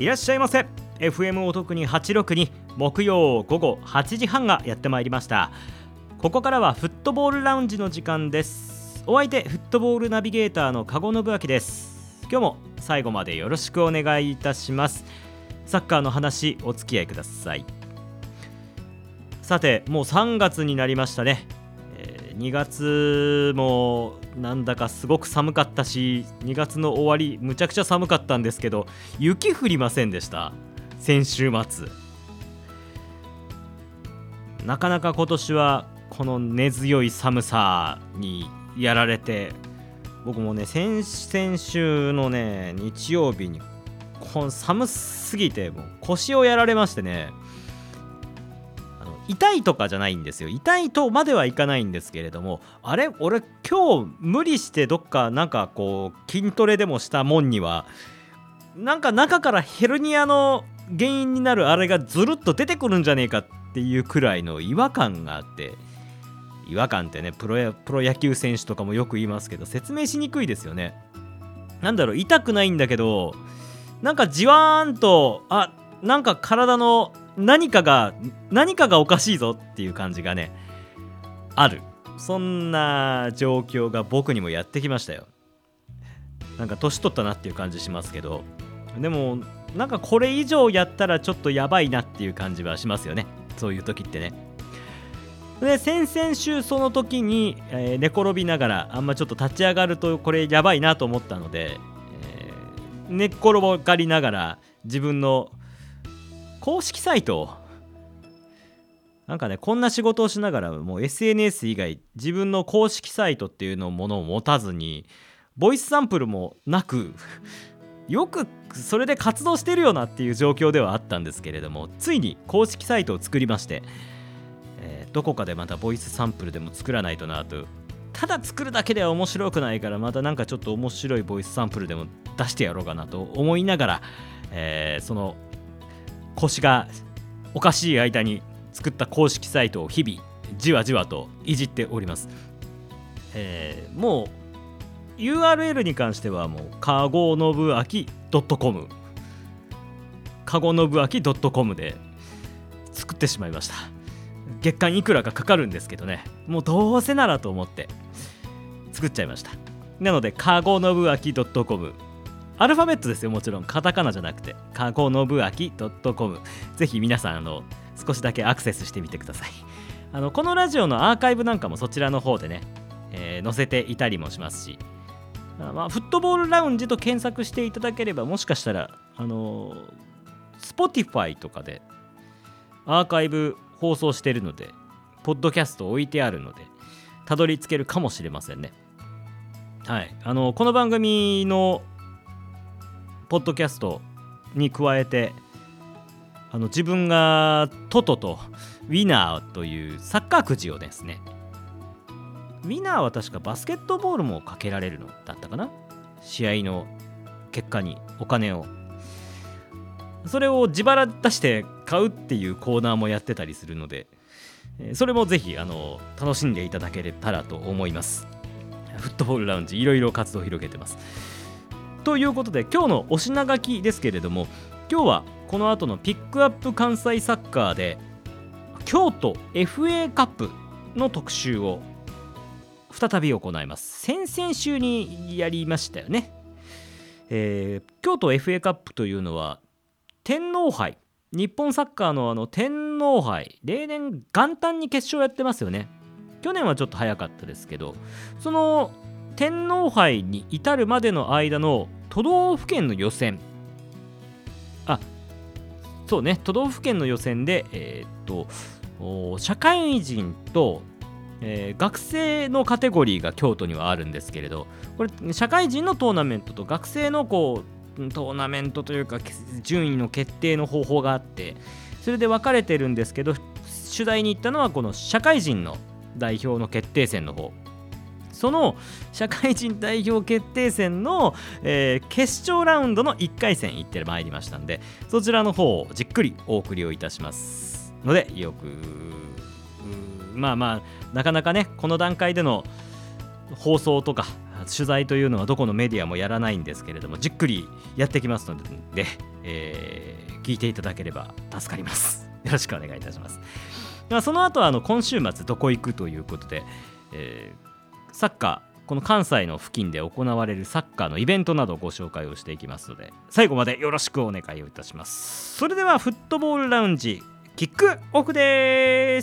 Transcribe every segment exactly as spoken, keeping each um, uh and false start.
いらっしゃいませ。 エフエム お得にはちろくに木曜午後はちじはんがやってまいりました。ここからはフットボールラウンジの時間です。お相手フットボールナビゲーターの加護信明です。今日も最後までよろしくお願いいたします。サッカーの話お付き合いください。さてもうさんがつになりましたね。にがつもなんだかすごく寒かったし、にがつの終わりむちゃくちゃ寒かったんですけど、雪降りませんでした。先週末なかなか今年はこの根強い寒さにやられて、僕もね先々週のね日曜日にこの寒すぎてもう腰をやられましてね、痛いとかじゃないんですよ。痛いとまではいかないんですけれども、あれ俺今日無理してどっかなんかこう筋トレでもしたもんにはなんか中からヘルニアの原因になるあれがずるっと出てくるんじゃねえかっていうくらいの違和感があって、違和感ってねプロや、プロ野球選手とかもよく言いますけど説明しにくいですよね。なんだろう、痛くないんだけどなんかじわーんとあなんか体の何かが何かがおかしいぞっていう感じがねある。そんな状況が僕にもやってきましたよ。なんか年取ったなっていう感じしますけど、でもなんかこれ以上やったらちょっとやばいなっていう感じはしますよね、そういう時ってね。で先々週その時に、えー、寝転びながらあんまちょっと立ち上がるとこれやばいなと思ったので、えー、寝っ転がりながら自分の公式サイトをなんかねこんな仕事をしながらもう エスエヌエス 以外自分の公式サイトっていうのものを持たずにボイスサンプルもなくよくそれで活動してるよなっていう状況ではあったんですけれども、ついに公式サイトを作りまして、えー、どこかでまたボイスサンプルでも作らないとなと。ただ作るだけでは面白くないからまたなんかちょっと面白いボイスサンプルでも出してやろうかなと思いながら、えー、その腰がおかしい間に作った公式サイトを日々じわじわといじっております。えー、もう ユーアールエル に関してはもうかごのぶあき .com かごのぶあき .com で作ってしまいました。月間いくらかかかるんですけどね、もうどうせならと思って作っちゃいました。なのでかごのぶあき .com、アルファベットですよ、もちろんカタカナじゃなくてかごのぶあき .com、 ぜひ皆さんあの少しだけアクセスしてみてください。あのこのラジオのアーカイブなんかもそちらの方でね、えー、載せていたりもしますし、あまあ、フットボールラウンジと検索していただければもしかしたらあのー、Spotify とかでアーカイブ放送してるのでポッドキャスト置いてあるのでたどり着けるかもしれませんね。はい、あのこの番組のポッドキャストに加えてあの自分がトトとウィナーというサッカーくじをですね、ウィナーは確かバスケットボールもかけられるのだったかな、試合の結果にお金をそれを自腹出して買うっていうコーナーもやってたりするので、それもぜひあの楽しんでいただけたらと思います。フットボールラウンジいろいろ活動を広げてます。ということで今日のお品書きですけれども、今日はこの後のピックアップ関西サッカーで京都 エフエー カップの特集を再び行います。先々週にやりましたよね。えー、京都 エフエー カップというのは天皇杯、日本サッカーのあの天皇杯、例年元旦に決勝やってますよね。去年はちょっと早かったですけど、その天皇杯に至るまでの間の都道府県の予選、あ、そうね、都道府県の予選で、えー、っと社会人と、えー、学生のカテゴリーが京都にはあるんですけれど、これ社会人のトーナメントと学生のこうトーナメントというか順位の決定の方法があって、それで分かれてるんですけど、取材に行ったのはこの社会人の代表の決定戦の方、その社会人代表決定戦の、えー、決勝ラウンドのいっかい戦行ってまいりましたんで、そちらの方をじっくりお送りをいたしますので、よくまあまあなかなかねこの段階での放送とか取材というのはどこのメディアもやらないんですけれども、じっくりやってきますので、えー、聞いていただければ助かります。よろしくお願いいたします。まあ、その後はあの今週末どこ行くということで、えー、サッカー、この関西の付近で行われるサッカーのイベントなどをご紹介をしていきますので、最後までよろしくお願いをいたします。それではフットボールラウンジキックオフです。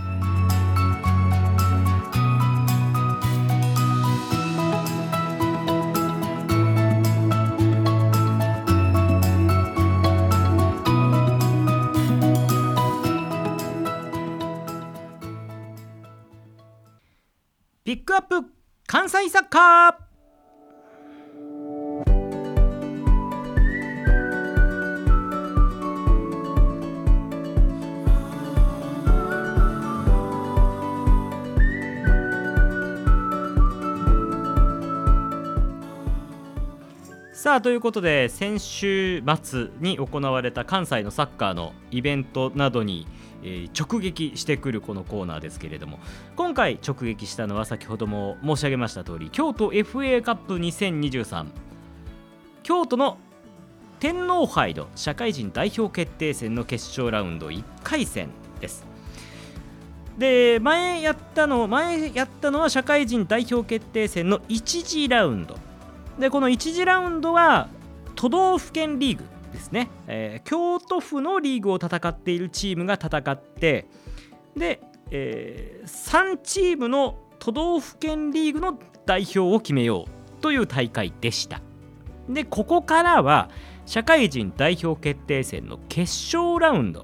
ピックアップ関西サッカー。さあということで、先週末に行われた関西のサッカーのイベントなどにえー、直撃してくるこのコーナーですけれども、今回直撃したのは先ほども申し上げました通り、京都 エフエー カップにせんにじゅうさん、京都の天皇杯の社会人代表決定戦の決勝ラウンドいっかい戦です。で、前やったの前やったのは社会人代表決定戦のいち次ラウンドで、このいち次ラウンドは都道府県リーグですね、えー、京都府のリーグを戦っているチームが戦って、で、えー、さんチームの都道府県リーグの代表を決めようという大会でした。で、ここからは社会人代表決定戦の決勝ラウンド、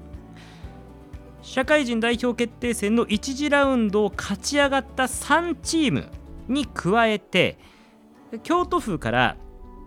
社会人代表決定戦のいち次ラウンドを勝ち上がったさんチームに加えて、京都府から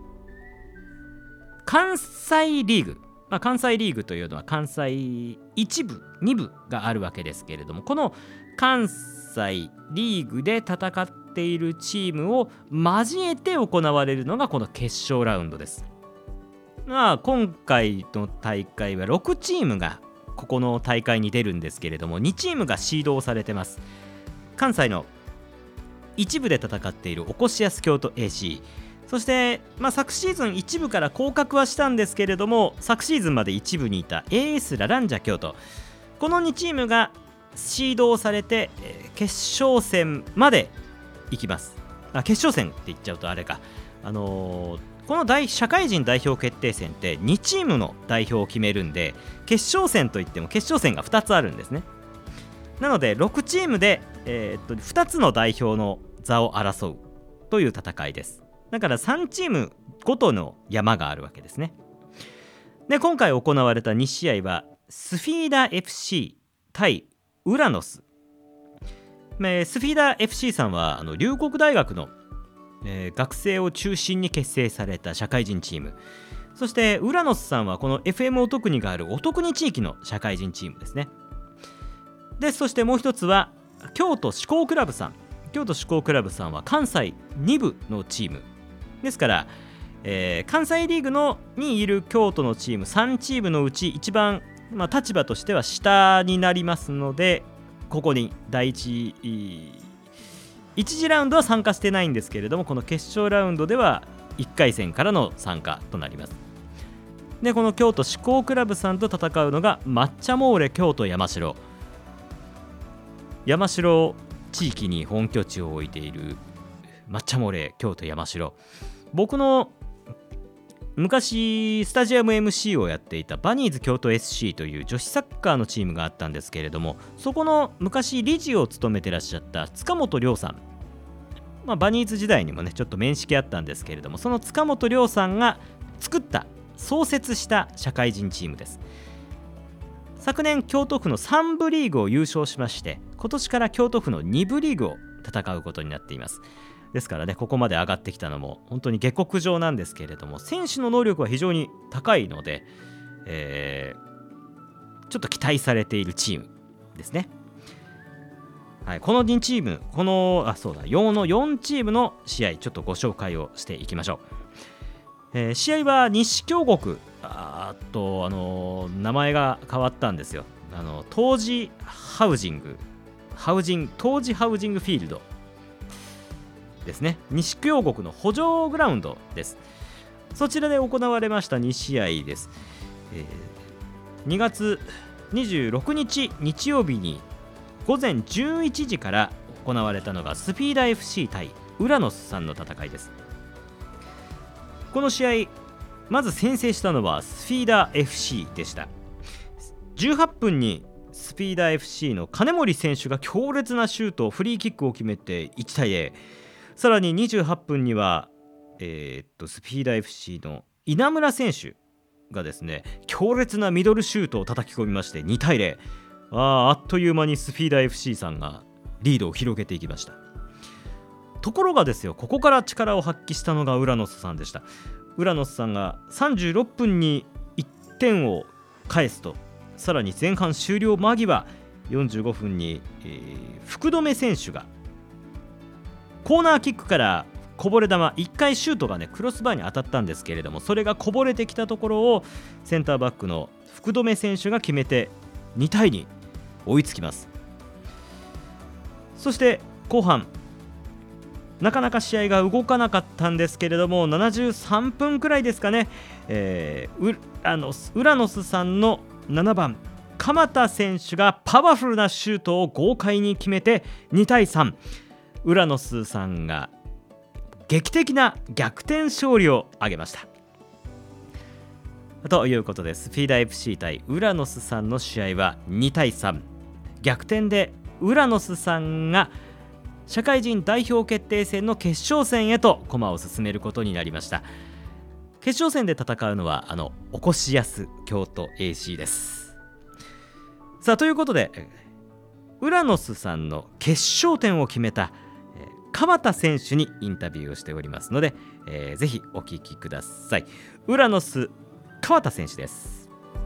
関西リーグ、まあ、関西リーグというのは関西いち部に部があるわけですけれども、この関西リーグで戦っているチームを交えて行われるのがこの決勝ラウンドです。まあ、今回の大会はろくチームがここの大会に出るんですけれども、にチームがシードをされてます。関西の一部で戦っているおこしやす京都 エーシー、そして、まあ、昨シーズン一部から降格はしたんですけれども、昨シーズンまで一部にいた エーエス ラランジャ京都、このにチームがシードをされて、えー、決勝戦まで行きます。あ、決勝戦って言っちゃうとあれか、あのー、この大社会人代表決定戦ってにチームの代表を決めるんで、決勝戦といっても決勝戦がふたつあるんですね。なのでろくチームで、えー、っとふたつの代表の座を争うという戦いです。だからさんチームごとの山があるわけですね。で、今回行われたに試合はスフィーダ エフシー 対ウラノス。スフィーダ エフシー さんはあの龍谷大学の、えー、学生を中心に結成された社会人チーム。そしてウラノスさんはこの エフエム おとくにがあるおとくに地域の社会人チームですね。で、そしてもう一つは京都志向クラブさん。京都志向クラブさんは関西に部のチームですから、えー、関西リーグのにいる京都のチームさんチームのうち一番、まあ、立場としては下になりますので、ここに第一いち次ラウンドは参加してないんですけれども、この決勝ラウンドではいっかい戦からの参加となります。で、この京都志向クラブさんと戦うのが抹茶モーレ京都山城。山城地域に本拠地を置いている抹茶モーレ京都山城。僕の昔スタジアム エムシー をやっていたバニーズ京都 エスシー という女子サッカーのチームがあったんですけれども、そこの昔理事を務めてらっしゃった塚本亮さん、まあ、バニーズ時代にもねちょっと面識あったんですけれども、その塚本亮さんが作った創設した社会人チームです。昨年京都府のさん部リーグを優勝しまして、今年から京都府のに部リーグを戦うことになっています。ですからね、ここまで上がってきたのも本当に下克上なんですけれども、選手の能力は非常に高いので、えー、ちょっと期待されているチームですね。はい、このにチーム、このあそうだよんのよんチームの試合、ちょっとご紹介をしていきましょう。えー、試合は西京極、あーっと、あのー、名前が変わったんですよ。あの当時ハウジングハウジン当時ハウジングフィールドですね、西京国の補助グラウンドです。そちらで行われましたに試合です。えー、にがつにじゅうろくにち日曜日にごぜんじゅういちじから行われたのがスピーダ エフシー 対ウラノスさんの戦いです。この試合、まず先制したのはスピーダ エフシー でした。じゅうはっぷんにスピーダ エフシー の金森選手が強烈なシュート、フリーキックを決めていちたいゼロ。さらににじゅうはっぷんには、えー、っとスピーダ エフシー の稲村選手がですね、強烈なミドルシュートを叩き込みましてにたいゼロ。 あ, あっという間にスピーダ エフシー さんがリードを広げていきました。ところがですよ、ここから力を発揮したのがウラノスさんでした。ウラノスさんがさんじゅうろっぷんにいってんを返すと、さらに前半終了間際よんじゅうごふんに、えー、福留選手がコーナーキックからこぼれ球、いっかいシュートがねクロスバーに当たったんですけれども、それがこぼれてきたところをセンターバックの福留選手が決めてにたいに追いつきます。そして後半なかなか試合が動かなかったんですけれども、ななじゅうさんぷんくらいですかね、えー、ウ, あのウラノスさんのななばん鎌田選手がパワフルなシュートを豪快に決めてにたいさん、ウラノスさんが劇的な逆転勝利を挙げました。ということでスピーダ エフシー 対ウラノスさんの試合はにたいさん、逆転でウラノスさんが社会人代表決定戦の決勝戦へと駒を進めることになりました。決勝戦で戦うのはあのおこしやす京都 エーシー です。さあということでウラノスさんの決勝点を決めた鎌田選手にインタビューをしておりますので、えー、ぜひお聞きください。ウラノス鎌田選手です。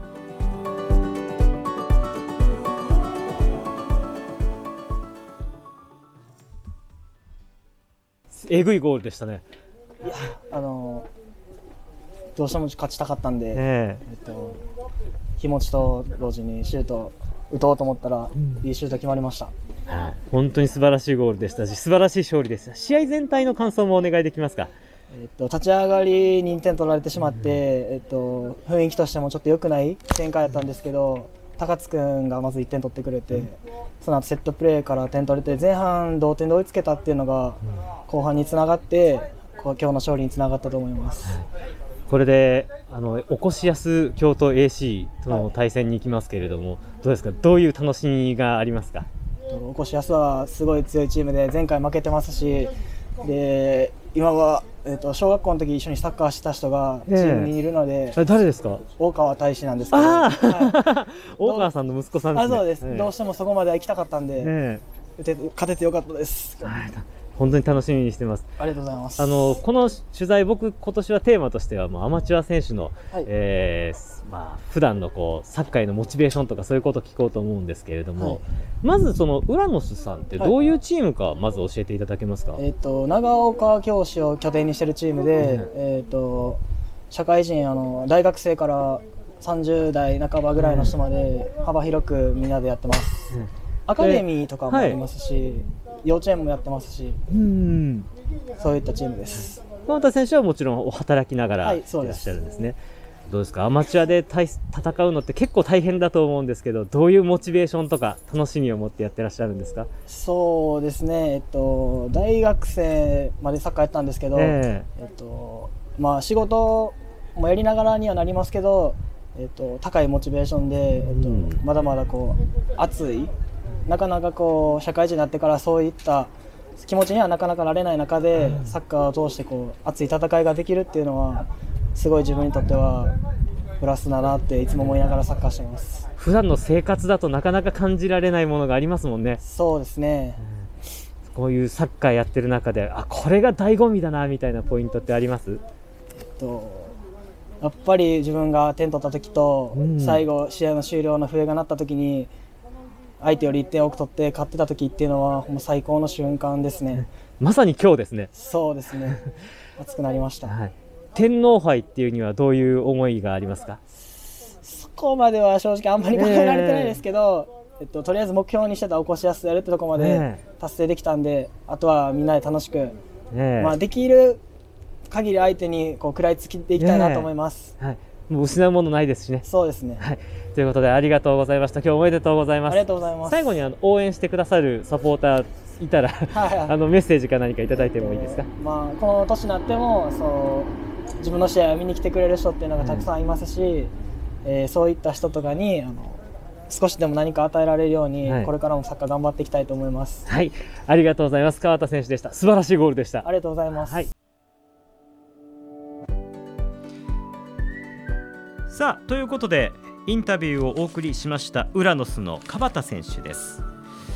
えぐいゴールでしたね。 いや、あのー、どうしても勝ちたかったんで、ええっと、気持ちと同時にシュート打とうと思ったら、うん、いいシュート決まりました。 はい、本当に素晴らしいゴールでしたし、素晴らしい勝利でした。試合全体の感想もお願いできますか。 えっと、立ち上がりににてん取られてしまって、うんえっと、雰囲気としてもちょっと良くない展開だったんですけど、高津君がまずいってん取ってくれて、うん、その後セットプレーから点取れて前半同点で追いつけたっていうのが、うん、後半につながってこう今日の勝利につながったと思います。はい、 これであのおこしやす京都 エーシー との対戦に行きますけれども、はい、どうですか、どういう楽しみがありますか。 おこしやすはすごい強いチームで前回負けてますし、で今は、えー、と小学校の時一緒にサッカーした人がチームにいるので、 えー、誰ですか。 大川大志なんですけど、 あ、はい、大川さんの息子さんですね。 あ、そうです、えー、どうしてもそこまでは行きたかったんで、えー、勝ててよかったです。 本当に楽しみにしてます。 ありがとうございます。 あのこの取材、僕今年はテーマとしてはもうアマチュア選手の、はいえーまあ、普段のこうサッカーへのモチベーションとかそういうことを聞こうと思うんですけれども、はい、まずそのウラノスさんってどういうチームかまず教えていただけますか。はい、 えー、と長岡教師を拠点にしているチームで、うんえー、と社会人あの大学生からさんじゅうだいなかばぐらいの人まで幅広くみんなでやってます。うん、アカデミーとかもありますし、はい、幼稚園もやってますし、うんそういったチームです。 鎌田選手はもちろん働きながらいらっしゃるんですね。はい、どうですか、アマチュアで戦うのって結構大変だと思うんですけど、どういうモチベーションとか楽しみを持ってやってらっしゃるんですか。 そうですね、えっと、大学生までサッカーやったんですけど、えーえっとまあ、仕事もやりながらにはなりますけど、えっと、高いモチベーションで、えっとうん、まだまだこう熱い、なかなかこう社会人になってからそういった気持ちにはなかなかなれない中で、うん、サッカーを通してこう熱い戦いができるっていうのはすごい自分にとってはプラスだなっていつも思いながらサッカーしてます。 普段の生活だとなかなか感じられないものがありますもんね。 そうですね、 うん、こういうサッカーやってる中であこれが醍醐味だなみたいなポイントってあります？ えっとやっぱり自分が点取った時と、うん、最後試合の終了の笛が鳴った時に相手よりいってん多く取って勝ってた時っていうのはもう最高の瞬間ですね。 まさに今日ですね。 そうですね熱くなりました。 はい、天皇杯っていうにはどういう思いがありますか？ そこまでは正直あんまり考えられてないですけど、えーえっと、とりあえず目標にしてたおこしやすやるってとこまで達成できたんで、あとはみんなで楽しくえーまあ、できる限り相手にこう食らいつきていきたいなと思います。 えーはい、もう失うものないですしね。 そうですね、 はい、ということでありがとうございました。今日おめでとうございます。 ありがとうございます。 最後にあの応援してくださるサポーターいたらはい、はい、あのメッセージか何かいただいてもいいですか。 まあ、この年になってもそう自分の試合を見に来てくれる人っていうのがたくさんいますし、うん、えー、そういった人とかにあの少しでも何か与えられるように、はい、これからもサッカー頑張っていきたいと思います。 はい、ありがとうございます。川田選手でした。素晴らしいゴールでした。 ありがとうございます。はい、 さあということでインタビューをお送りしましたウラノスの川田選手です。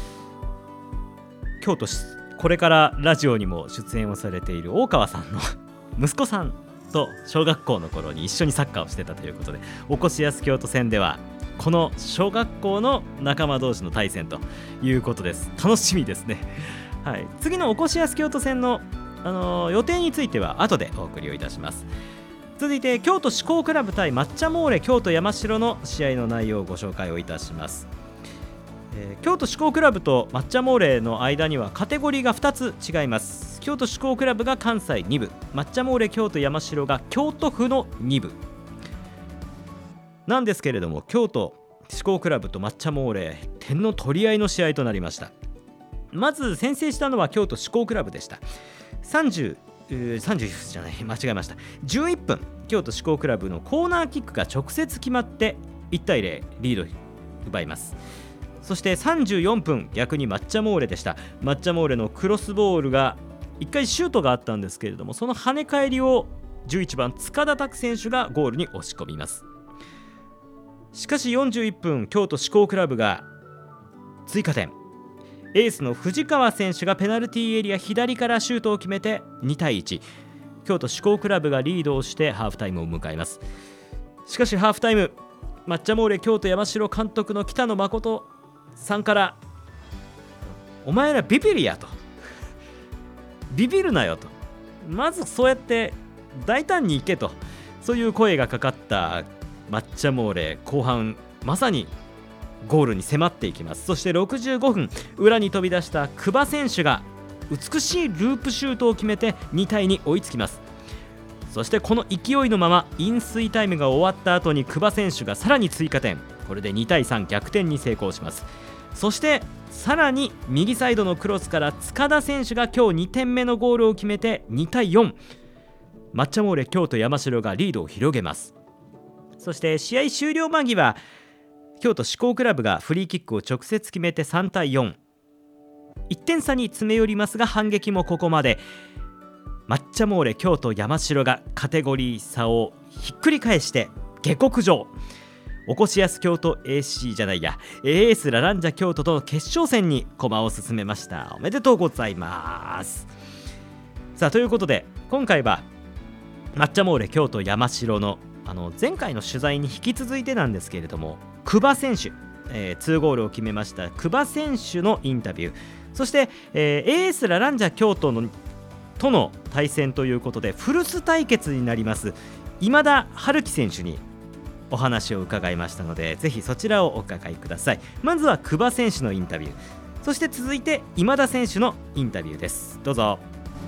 京都これからラジオにも出演をされている大川さんの息子さんと小学校の頃に一緒にサッカーをしてたということで、おこしやす京都戦ではこの小学校の仲間同士の対戦ということです。楽しみですね。はい、次のおこしやす京都戦の、あのー、予定については後でお送りをいたします。続いて京都志向クラブ対抹茶モーレ京都山城の試合の内容をご紹介をいたします。えー、京都志向クラブと抹茶モーレの間にはカテゴリーがふたつ違います。京都志向クラブが関西に部、抹茶モーレ京都山城が京都府のに部なんですけれども、京都志向クラブと抹茶モーレ点の取り合いの試合となりました。まず先制したのは京都志向クラブでした。さんじゅう、さんじゅうじゃない間違えました。じゅういっぷん京都志向クラブのコーナーキックが直接決まっていちたいゼロリード奪います。そしてさんじゅうよんぷん逆に抹茶モーレでした。抹茶モーレのクロスボールがいっかいシュートがあったんですけれども、その跳ね返りをじゅういちばん塚田拓選手がゴールに押し込みます。しかしよんじゅういっぷん京都志向クラブが追加点、エースの藤川選手がペナルティーエリア左からシュートを決めてにたいいち、京都志向クラブがリードをしてハーフタイムを迎えます。しかしハーフタイム、抹茶モーレ京都山城監督の北野誠さんからお前らビビりやとビビるなよと、まずそうやって大胆にいけと、そういう声がかかった抹茶モーレ、後半まさにゴールに迫っていきます。そしてろくじゅうごふん裏に飛び出した久保選手が美しいループシュートを決めてにたいに追いつきます。そしてこの勢いのまま飲水タイムが終わった後に久保選手がさらに追加点、これでにたいさん逆転に成功します。そしてさらに右サイドのクロスから塚田選手が今日にてんめのゴールを決めてにたいよん、抹茶モーレ京都山城がリードを広げます。そして試合終了間際、京都志向クラブがフリーキックを直接決めてさんたいよん、いってん差に詰め寄りますが反撃もここまで。抹茶モーレ京都山城がカテゴリー差をひっくり返して下克上、おこしやす京都 エーシー じゃないや エーエス ラランジャ京都との決勝戦に駒を進めました。おめでとうございます。さあということで今回は抹茶モーレ京都山城のあの前回の取材に引き続いてなんですけれども、久保選手、えー、にゴールを決めました久保選手のインタビュー、そして、えー、エーエス ラランジャ京都のとの対戦ということで古巣対決になります今田春樹選手にお話を伺いましたので、ぜひそちらをお伺いください。まずは久保選手のインタビュー、そして続いて今田選手のインタビューです。どうぞ。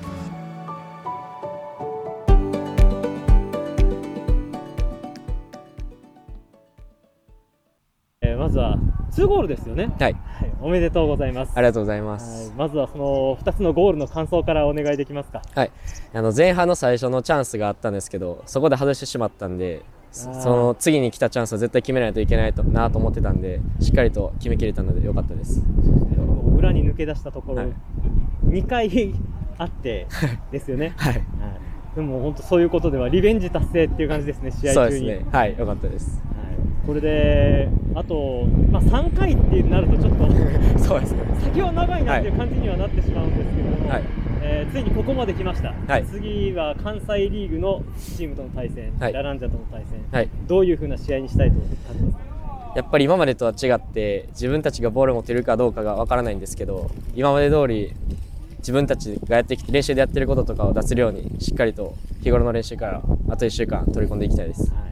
えー、まずはにゴールですよね。 はい、 はい、おめでとうございます。 ありがとうございます。 はい、まずはそのふたつのゴールの感想からお願いできますか。 はい、あの前半の最初のチャンスがあったんですけど、そこで外してしまったんで、その次に来たチャンスを絶対決めないといけないとなと思ってたんで、しっかりと決めきれたので良かったです。 裏に抜け出したところ、はい、にかいあってですよね。はい、はい、でも本当そういうことではリベンジ達成っていう感じですね、試合中に。 そうですね、はい、良かったです。 はい、これであと、まあ、さんかいってなるとちょっとそうですね、 先は長いなっていう感じにはなってしまうんですけれども、はい、えー、ついにここまで来ました。はい、次は関西リーグのチームとの対戦、はい、ラランジャとの対戦、はい、どういう風な試合にしたいと感じますか。 やっぱり今までとは違って自分たちがボールを持てるかどうかがわからないんですけど、今まで通り自分たちがやってきて練習でやってることとかを出せるようにしっかりと日頃の練習からあといっしゅうかん取り込んでいきたいです。はい、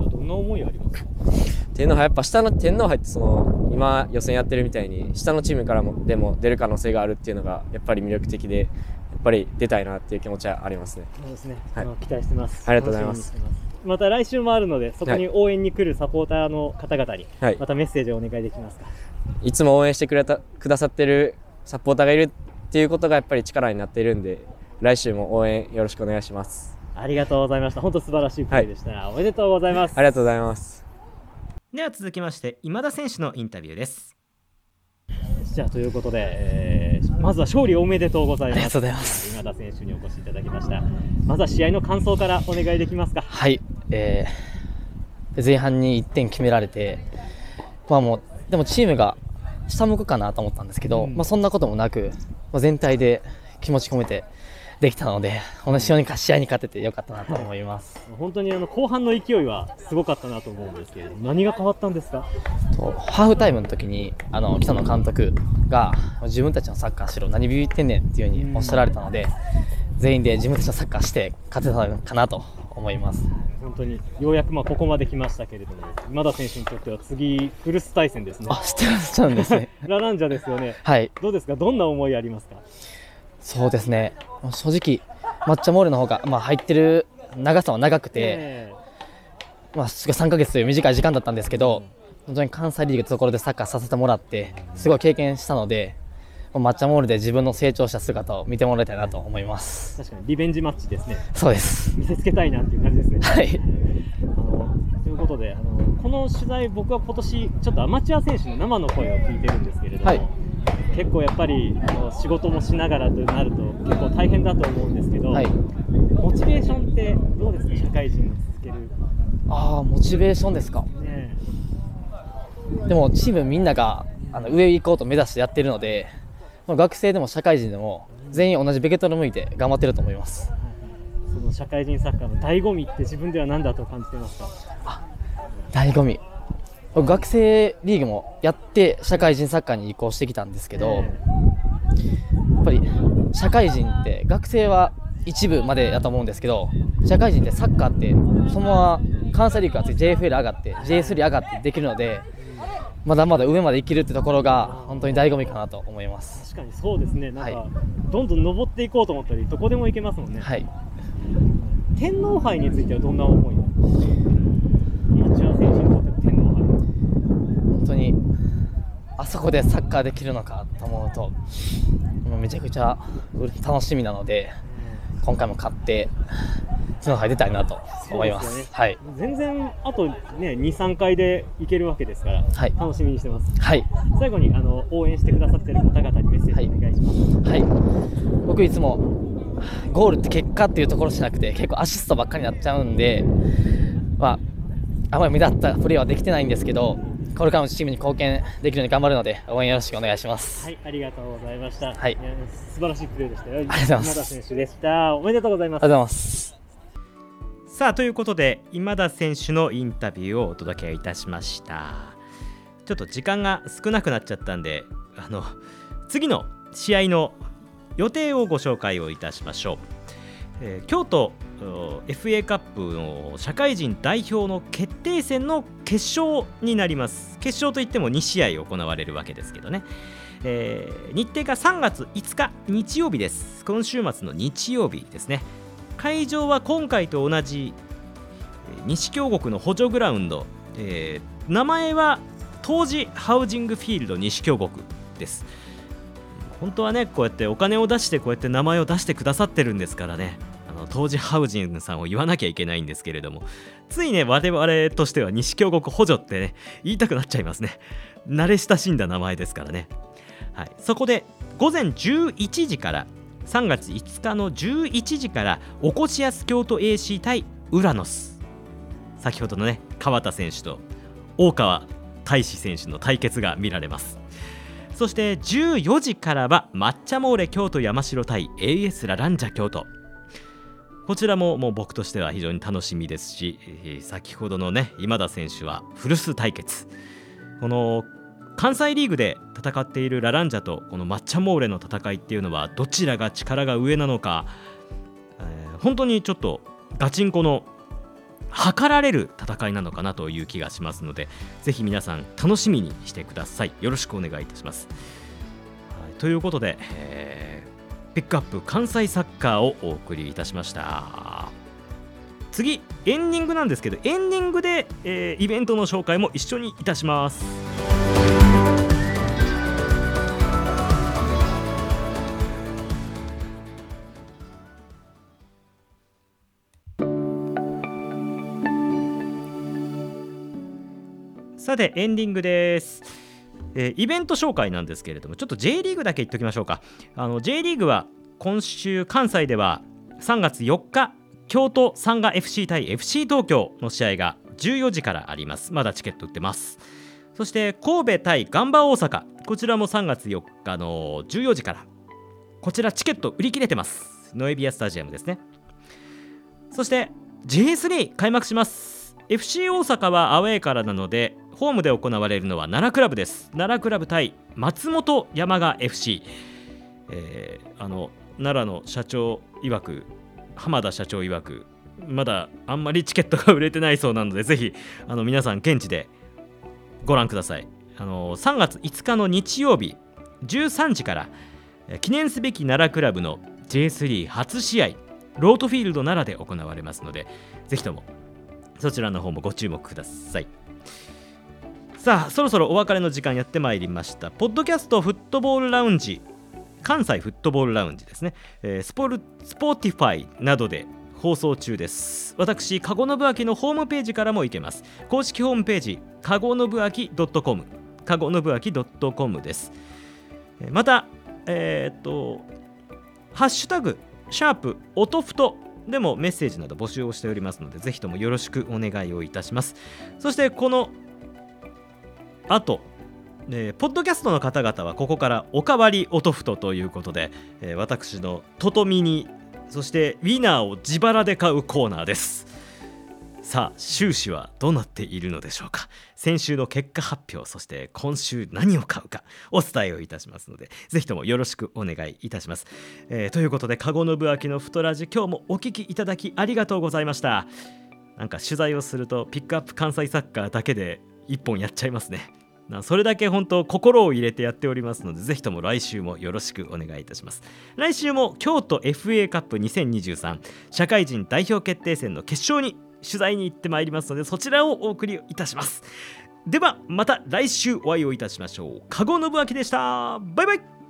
天皇杯に対してはどんな思いありますか。 天皇杯やっぱ下の天皇杯ってその今予選やってるみたいに下のチームからもでも出る可能性があるっていうのがやっぱり魅力的で、やっぱり出たいなっていう気持ちはありますね。 そうですね、 はい、 期待してます。 ありがとうございます。 また来週もあるので、そこに応援に来るサポーターの方々にまたメッセージをお願いできますか。はい、 いつも応援してくれたくださってるサポーターがいるっていうことがやっぱり力になっているんで、来週も応援よろしくお願いします。 ありがとうございました。本当素晴らしいプレーでした、はい、おめでとうございます。 ありがとうございます。 では続きまして今田選手のインタビューです。 じゃあということで、えー、まずは勝利おめでとうございます。 ありがとうございます。 今田選手にお越しいただきました。まずは試合の感想からお願いできますか。 はい、えー、前半にいってん決められて、まあ、もうでもチームが下向くかなと思ったんですけど、うん、まあ、そんなこともなく、まあ、全体で気持ち込めてできたので、同じように試合に勝ててよかったなと思います。 本当にあの後半の勢いはすごかったなと思うんですけれども、何が変わったんですか。 とハーフタイムの時にあの北野監督が自分たちのサッカーしろ、何ビビってんねんっていう風におっしゃられたので、全員で自分たちのサッカーして勝てたのかなと思います。 本当にようやくまあここまで来ましたけれども、今田選手にとっては次フルス対戦ですね。 あ、知ってらっしゃるんですね。 ラランジャですよね。 はい。 どうですか、どんな思いありますか。 そうですね、正直抹茶モールの方が、まあ、入ってる長さは長くて、えーまあ、さんかげつという短い時間だったんですけど、本当に関西リーグというところでサッカーさせてもらってすごい経験したので、抹茶モールで自分の成長した姿を見てもらいたいなと思います。 確かにリベンジマッチですね。 そうです。 見せつけたいなっていう感じですね。 はい。 あのということで、あのこの取材、僕は今年ちょっとアマチュア選手の生の声を聞いてるんですけれども、はい、結構やっぱり仕事もしながらとなると結構大変だと思うんですけど、はい、モチベーションってどうですか、社会人を続ける。 ああ、モチベーションですか、ね、でもチームみんながあの上行こうと目指してやってるので、学生でも社会人でも全員同じベクトル向いて頑張ってると思います。 その社会人サッカーの醍醐味って自分では何だと感じてますか。 あ、醍醐味、学生リーグもやって社会人サッカーに移行してきたんですけど、やっぱり社会人って学生は一部までだと思うんですけど、社会人ってサッカーってそのまま関西リーグが ジェイエフエル 上がって ジェイエスリー 上がってできるので、まだまだ上まで生きるってところが本当に醍醐味かなと思います。 確かにそうですね。なんか、はい、どんどん登っていこうと思ったりどこでも行けますもんね。 はい。 天皇杯についてはどんな思いなんですか。アマチュア選手にとって天皇杯、 本当にあそこでサッカーできるのかと思うとめちゃくちゃ楽しみなので、今回も勝って天皇杯出たいなと思います。そうですよね。はい。 全然あとねに、さんかいでいけるわけですから、はい、楽しみにしてます。 はい。 最後にあの応援してくださっている方々にメッセージお願いします。 はい。はい、僕いつもゴールって結果っていうところじゃなくて結構アシストばっかりになっちゃうんで、まああまり目立ったプレーはできてないんですけど、これからもチームに貢献できるように頑張るので応援よろしくお願いします。 はい、ありがとうございました。 はい、 素晴らしいプレーでしたよ。 ありがとうございます。 今田選手でした。おめでとうございます。 ありがとうございます。 さあということで今田選手のインタビューをお届けいたしました。ちょっと時間が少なくなっちゃったんで、あの次の試合の予定をご紹介をいたしましょう。えー、京都 エフエー カップの社会人代表の決定戦の決勝になります。決勝といってもに試合行われるわけですけどね、えー、日程がさんがついつか日曜日です。今週末の日曜日ですね。会場は今回と同じ西京極の補助グラウンド、えー、名前は東寺ハウジングフィールド西京極です。本当はねこうやってお金を出してこうやって名前を出してくださってるんですからね、あの東寺ハウジングさんを言わなきゃいけないんですけれども、ついね我々としては西京極補助ってね言いたくなっちゃいますね。慣れ親しんだ名前ですからね。はい、そこで午前じゅういちじからさんがついつかのじゅういちじからおこしやす京都 エーシー 対ウラノス、先ほどのね川田選手と大川大志選手の対決が見られます。そしてじゅうよじからは抹茶モーレ京都山城対 エーエス ラランジャ京都、こちらももう僕としては非常に楽しみですし、先ほどのね今田選手は古巣対決、この関西リーグで戦っているラランジャとこの抹茶モーレの戦いっていうのはどちらが力が上なのか、えー、本当にちょっとガチンコの測られる戦いなのかなという気がしますので、ぜひ皆さん楽しみにしてください。よろしくお願いいたします。はい、ということで、えー、ピックアップ関西サッカーをお送りいたしました。次エンディングなんですけど、エンディングで、えー、イベントの紹介も一緒にいたします。さてエンディングです。えー、イベント紹介なんですけれども、ちょっと J リーグだけ言っておきましょうか。あの J リーグは今週関西ではさんがつよっか京都サンガ エフシー 対 エフシー 東京の試合がじゅうよじからあります。まだチケット売ってます。そして神戸対ガンバ大阪、こちらもさんがつよっかのじゅうよじから、こちらチケット売り切れてます。ノエビアスタジアムですね。そして ジェイスリー 開幕します。 エフシー 大阪はアウェーからなので、ホームで行われるのは奈良クラブです。奈良クラブ対松本山雅 エフシー、えー、あの奈良の社長曰く、浜田社長曰く、まだあんまりチケットが売れてないそうなので、ぜひあの皆さん現地でご覧ください。あのさんがついつかの日曜日じゅうさんじから、記念すべき奈良クラブの ジェイスリー 初試合、ロートフィールド奈良で行われますので、ぜひともそちらの方もご注目ください。さあそろそろお別れの時間やってまいりました。ポッドキャストフットボールラウンジ、関西フットボールラウンジですね、えー、スポルスポーティファイなどで放送中です。私かごのぶあきのホームページからも行けます。公式ホームページかごのぶあき .com かごのぶあき .com です。またえー、っとハッシュタグシャープオトフトでもメッセージなど募集をしておりますので、ぜひともよろしくお願いをいたします。そしてこのあと、えー、ポッドキャストの方々はここからおかわりオトフトということで、えー、私のトトミニ、そしてウィナーを自腹で買うコーナーです。さあ収支はどうなっているのでしょうか。先週の結果発表、そして今週何を買うかお伝えをいたしますので、ぜひともよろしくお願いいたします。えー、ということでかごのぶあきのふとラジ、今日もお聞きいただきありがとうございました。なんか取材をするとピックアップ関西サッカーだけで一本やっちゃいますね。それだけ本当心を入れてやっておりますので、ぜひとも来週もよろしくお願いいたします。来週も京都 エフエー カップにせんにじゅうさん社会人代表決定戦の決勝に取材に行ってまいりますので、そちらをお送りいたします。ではまた来週お会いをいたしましょう。かごのぶあきでした。バイバイ。